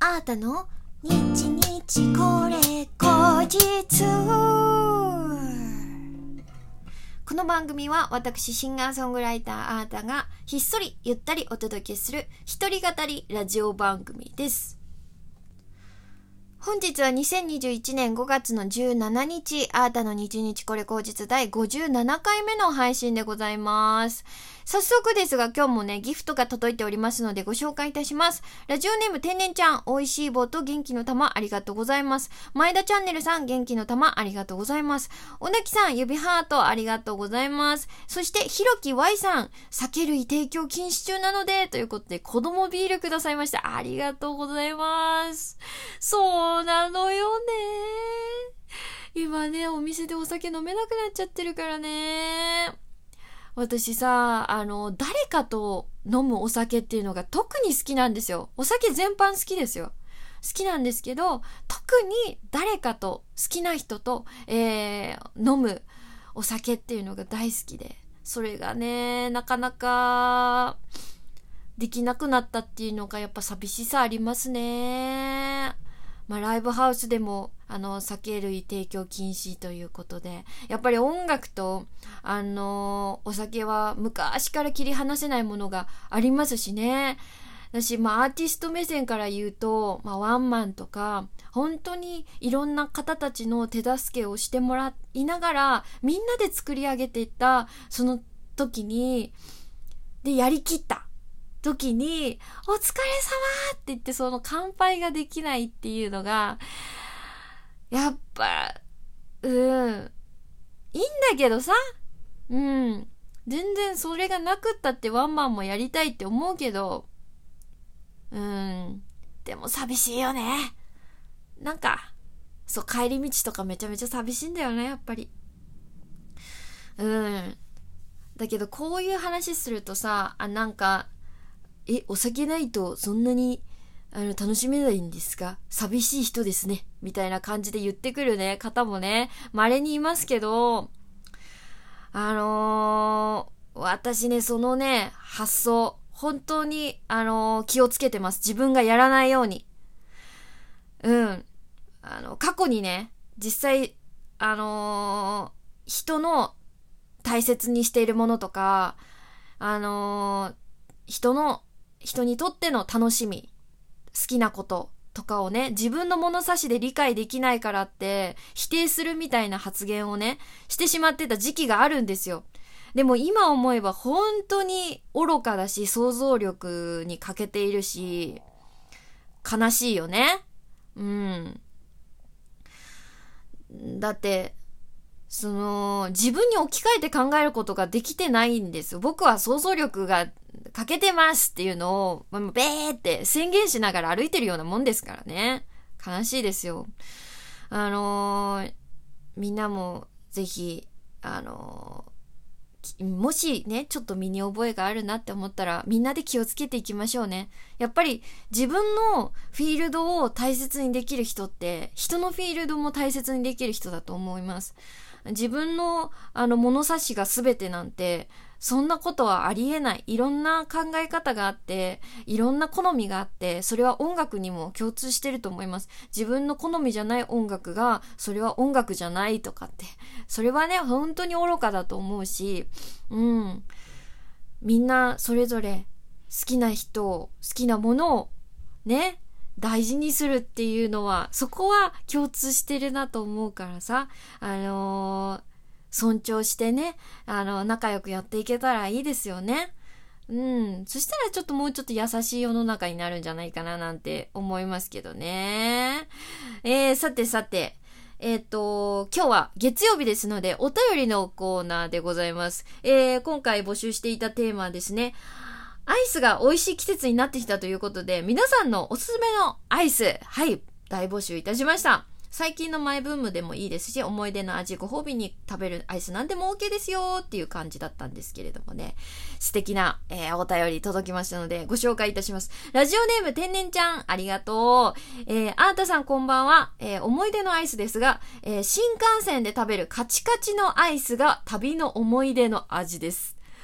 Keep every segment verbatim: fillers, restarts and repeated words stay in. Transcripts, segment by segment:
あーたの日日これ後日。この番組は私シンガーソングライターあーたがひっそりゆったりお届けする一人語りラジオ番組です。本日はにせんにじゅういちねんごがつのじゅうしちにち、あーたの日日これ後日だいごじゅうななかいめの配信でございます。早速ですが今日もねギフトが届いておりますのでご紹介いたします。ラジオネーム天然ちゃん、おいしい棒と元気の玉ありがとうございます。前田チャンネルさん、元気の玉ありがとうございます。おなきさん、指ハートありがとうございます。そしてひろき Y さん、酒類提供禁止中なのでということで子供ビールくださいました。ありがとうございます。そうなのよね、今ねお店でお酒飲めなくなっちゃってるからね。私さ、あの誰かと飲むお酒っていうのが特に好きなんですよ。お酒全般好きですよ。好きなんですけど、特に誰かと好きな人と、えー、飲むお酒っていうのが大好きで、それがねなかなかできなくなったっていうのがやっぱ寂しさありますね。まあ、ライブハウスでもあの酒類提供禁止ということで、やっぱり音楽とあのお酒は昔から切り離せないものがありますしね。私、まあ、アーティスト目線から言うと、まあ、ワンマンとか本当にいろんな方たちの手助けをしてもらいながらみんなで作り上げていったその時にでやりきった時にお疲れ様って言ってその乾杯ができないっていうのがやっぱうんいいんだけどさ、うん全然それがなくったってワンマンもやりたいって思うけど、うんでも寂しいよね。なんかそう帰り道とかめちゃめちゃ寂しいんだよねやっぱり。うんだけどこういう話するとさ、あなんかえお酒ないとそんなにあの楽しめないんですか、寂しい人ですねみたいな感じで言ってくるね方もね稀にいますけど、あのー、私ねそのね発想本当にあのー、気をつけてます。自分がやらないように。うんあの過去にね実際あのー、人の大切にしているものとかあのー、人の人にとっての楽しみ、好きなこととかをね自分の物差しで理解できないからって否定するみたいな発言をねしてしまってた時期があるんですよ。でも今思えば本当に愚かだし想像力に欠けているし悲しいよね。うんだってその自分に置き換えて考えることができてないんですよ。僕は想像力が欠けてますっていうのをベーって宣言しながら歩いてるようなもんですからね。悲しいですよ。あのー、みんなもぜひあのー、もしねちょっと身に覚えがあるなって思ったらみんなで気をつけていきましょうね。やっぱり自分のフィールドを大切にできる人って人のフィールドも大切にできる人だと思います。自分のあの物差しが全てなんてそんなことはありえない。いろんな考え方があっていろんな好みがあって、それは音楽にも共通してると思います。自分の好みじゃない音楽がそれは音楽じゃないとかって、それはね本当に愚かだと思うし、うんみんなそれぞれ好きな人を好きなものをね大事にするっていうのはそこは共通してるなと思うからさ、あのー、尊重してねあの仲良くやっていけたらいいですよね。うんそしたらちょっともうちょっと優しい世の中になるんじゃないかななんて思いますけどね。えー、さてさてえっと、今日は月曜日ですのでお便りのコーナーでございます。えー、今回募集していたテーマはですね、アイスが美味しい季節になってきたということで、皆さんのおすすめのアイス、はい、大募集いたしました。最近のマイブームでもいいですし、思い出の味、ご褒美に食べるアイスなんでも OK ですよっていう感じだったんですけれどもね、素敵な、えー、お便り届きましたのでご紹介いたします。ラジオネーム天然ちゃん、ありがとう。えー、あーたさんこんばんは。えー、思い出のアイスですが、えー、新幹線で食べるカチカチのアイスが旅の思い出の味です。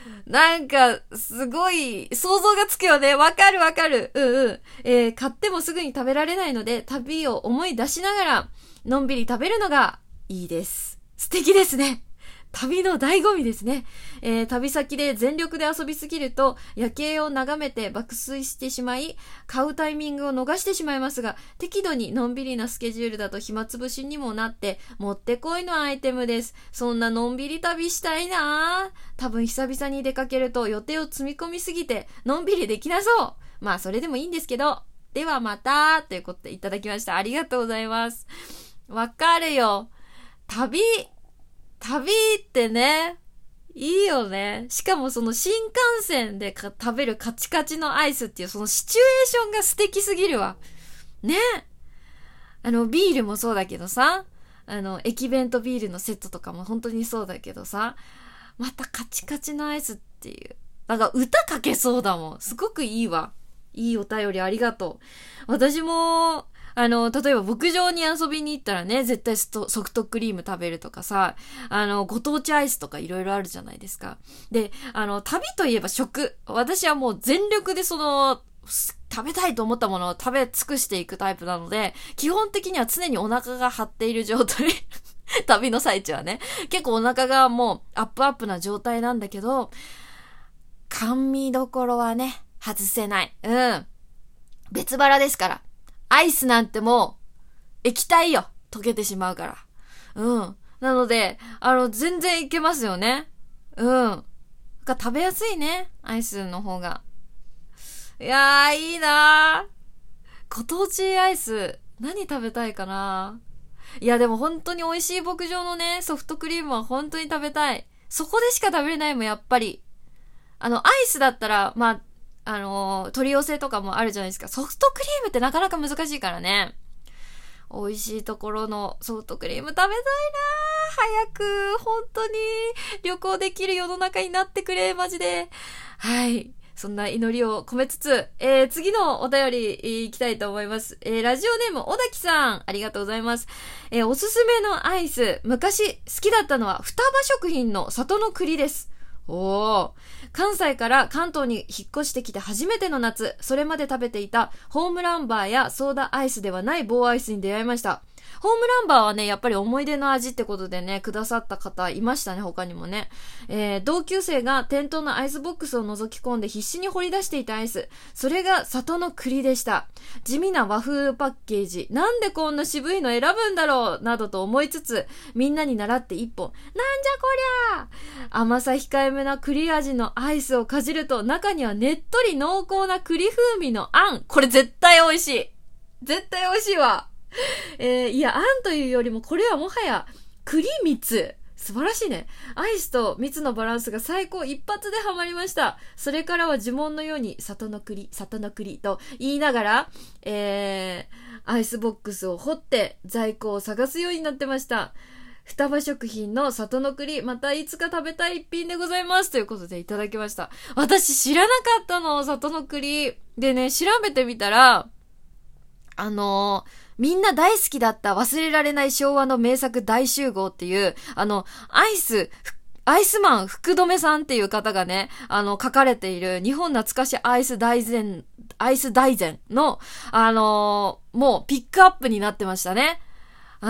なんか、すごい、想像がつくよね。わかるわかる。うんうん。えー、買ってもすぐに食べられないので、旅を思い出しながら、のんびり食べるのがいいです。素敵ですね。旅の醍醐味ですね。えー、旅先で全力で遊びすぎると夜景を眺めて爆睡してしまい、買うタイミングを逃してしまいますが、適度にのんびりなスケジュールだと暇つぶしにもなってもってこいのアイテムです。そんなのんびり旅したいなぁ。多分久々に出かけると予定を積み込みすぎてのんびりできなそう。まあそれでもいいんですけど、ではまたということでいただきました。ありがとうございます。わかるよ。旅旅ってね、いいよね。しかもその新幹線でか食べるカチカチのアイスっていうそのシチュエーションが素敵すぎるわ。ね。あの、ビールもそうだけどさ、あの、駅弁とビールのセットとかも本当にそうだけどさ、またカチカチのアイスっていう。なんか歌かけそうだもん。すごくいいわ。いいお便りありがとう。私も、あの、例えば牧場に遊びに行ったらね、絶対ソフトクリーム食べるとかさ、あの、ご当地アイスとかいろいろあるじゃないですか。で、あの、旅といえば食。私はもう全力でその、食べたいと思ったものを食べ尽くしていくタイプなので、基本的には常にお腹が張っている状態。旅の最中はね。結構お腹がもうアップアップな状態なんだけど、甘味どころはね、外せない。うん。別腹ですから。アイスなんてもう液体よ。溶けてしまうから。うん。なので、あの、全然いけますよね。うん。なんか食べやすいね。アイスの方が。いやー、いいなー。ご当地アイス、何食べたいかな。いや、でも本当に美味しい牧場のね、ソフトクリームは本当に食べたい。そこでしか食べれないもん、やっぱり。あの、アイスだったら、まあ、あのー、取り寄せとかもあるじゃないですか。ソフトクリームってなかなか難しいからね。美味しいところのソフトクリーム食べたいなー。早く、本当に旅行できる世の中になってくれ、マジで。はい。そんな祈りを込めつつ、えー、次のお便りいきたいと思います。えー、ラジオネーム、小滝さん、ありがとうございます。えー、おすすめのアイス、昔好きだったのは、双葉食品の里の栗です。おー。関西から関東に引っ越してきて初めての夏、それまで食べていたホームランバーやソーダアイスではない棒アイスに出会いました。ホームランバーはね、やっぱり思い出の味ってことでね、くださった方いましたね、他にもね。えー、同級生が店頭のアイスボックスを覗き込んで必死に掘り出していたアイス。それが里の栗でした。地味な和風パッケージ。なんでこんな渋いの選ぶんだろうなどと思いつつ、みんなに習って一本。なんじゃこりゃ甘さ控えめな栗味のアイスをかじると、中にはねっとり濃厚な栗風味のあん。これ絶対美味しい。絶対美味しいわ。えー、いや、あんというよりもこれはもはや栗蜜。素晴らしいね。アイスと蜜のバランスが最高、一発でハマりました。それからは呪文のように里の栗、里の栗と言いながら、えー、アイスボックスを掘って在庫を探すようになってました。双葉食品の里の栗、またいつか食べたい一品でございます。ということでいただきました。私知らなかったの、里の栗。でね、調べてみたら、あのー、みんな大好きだった忘れられない昭和の名作大集合っていう、あの、アイス、アイスマン福留さんっていう方がね、あの、書かれている日本懐かしアイス大全、アイス大全の、あのー、もうピックアップになってましたね。うん。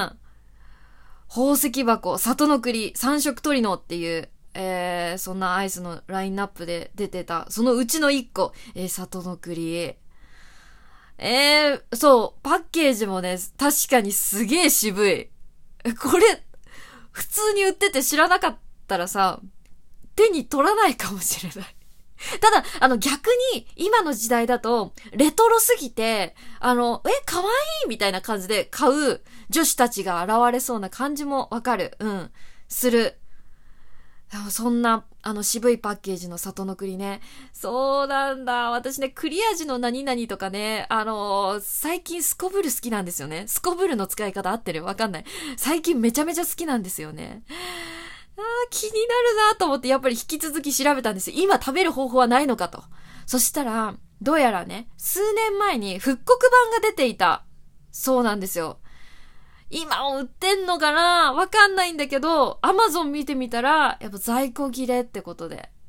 宝石箱、里の栗、三色トリノっていう、えー、そんなアイスのラインナップで出てた、そのうちの一個、えー、里の栗。えー、そう、パッケージもね、確かにすげえ渋い。これ、普通に売ってて知らなかったらさ、手に取らないかもしれない。ただ、あの逆に、今の時代だと、レトロすぎて、あの、え、かわいいみたいな感じで買う女子たちが現れそうな感じもわかる。うん。する。そんな、あの渋いパッケージの里の栗ね。そうなんだ。私ね、栗味の何々とかね、あのー、最近スコブル好きなんですよね。スコブルの使い方合ってる？わかんない。最近めちゃめちゃ好きなんですよね。あー、気になるなと思って、やっぱり引き続き調べたんですよ。今食べる方法はないのかと。そしたら、どうやらね、数年前に復刻版が出ていた。そうなんですよ。今売ってんのかなわかんないんだけど、アマゾン見てみたら、やっぱ在庫切れってことで。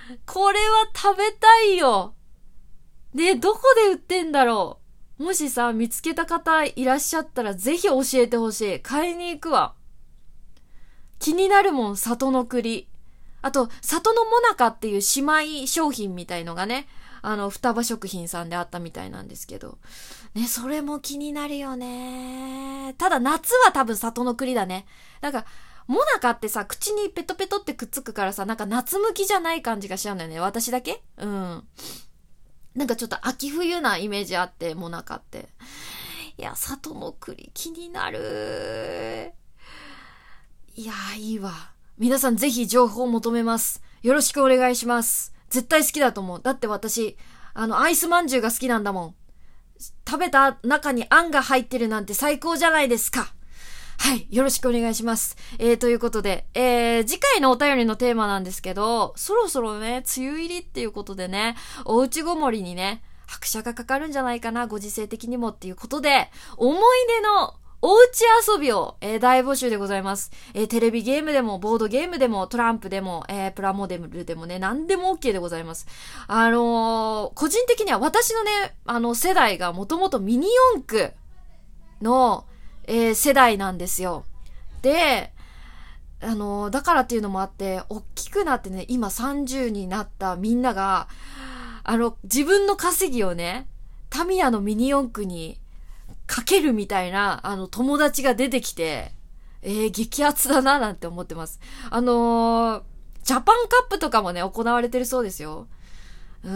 これは食べたいよ。ね、どこで売ってんだろう。もしさ、見つけた方いらっしゃったらぜひ教えてほしい。買いに行くわ。気になるもん、里の栗。あと、里のもなかっていう姉妹商品みたいのがね、あの、双葉食品さんであったみたいなんですけど。ね、それも気になるよね。ただ夏は多分里の栗だね。なんか、もなかってさ、口にペトペトってくっつくからさ、なんか夏向きじゃない感じがしちゃうんだよね。私だけ？うん。なんかちょっと秋冬なイメージあって、もなかって。いや、里の栗気になる。いや、いいわ。皆さんぜひ情報を求めます。よろしくお願いします。絶対好きだと思う。だって私、あの、アイスまんじゅうが好きなんだもん。食べた中にあんが入ってるなんて最高じゃないですか。はい。よろしくお願いします。えー、ということで、えー、次回のお便りのテーマなんですけど、そろそろね、梅雨入りっていうことでね、おうちごもりにね、拍車がかかるんじゃないかな、ご時世的にもっていうことで、思い出のおうち遊びを、えー、大募集でございます。えー、テレビゲームでも、ボードゲームでも、トランプでも、えー、プラモデルでもね、何でも OK でございます。あのー、個人的には私のね、あの世代がもともとミニ四駆の、えー、世代なんですよ。で、あのー、だからっていうのもあって、大きくなってね、今さんじゅうになったみんなが、あの、自分の稼ぎをね、タミヤのミニ四駆にかけるみたいな、あの、友達が出てきて、えー、激アツだな、なんて思ってます。あのー、ジャパンカップとかもね、行われてるそうですよ。うん。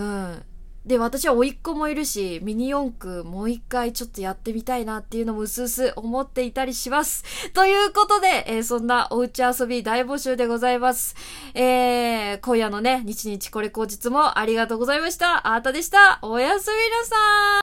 で、私は甥っ子もいるし、ミニ四駆もう一回ちょっとやってみたいなっていうのもうすうす思っていたりします。ということで、えー、そんなおうち遊び大募集でございます。えー、今夜のね、日日これ口実もありがとうございました。あーたでした。おやすみなさーい。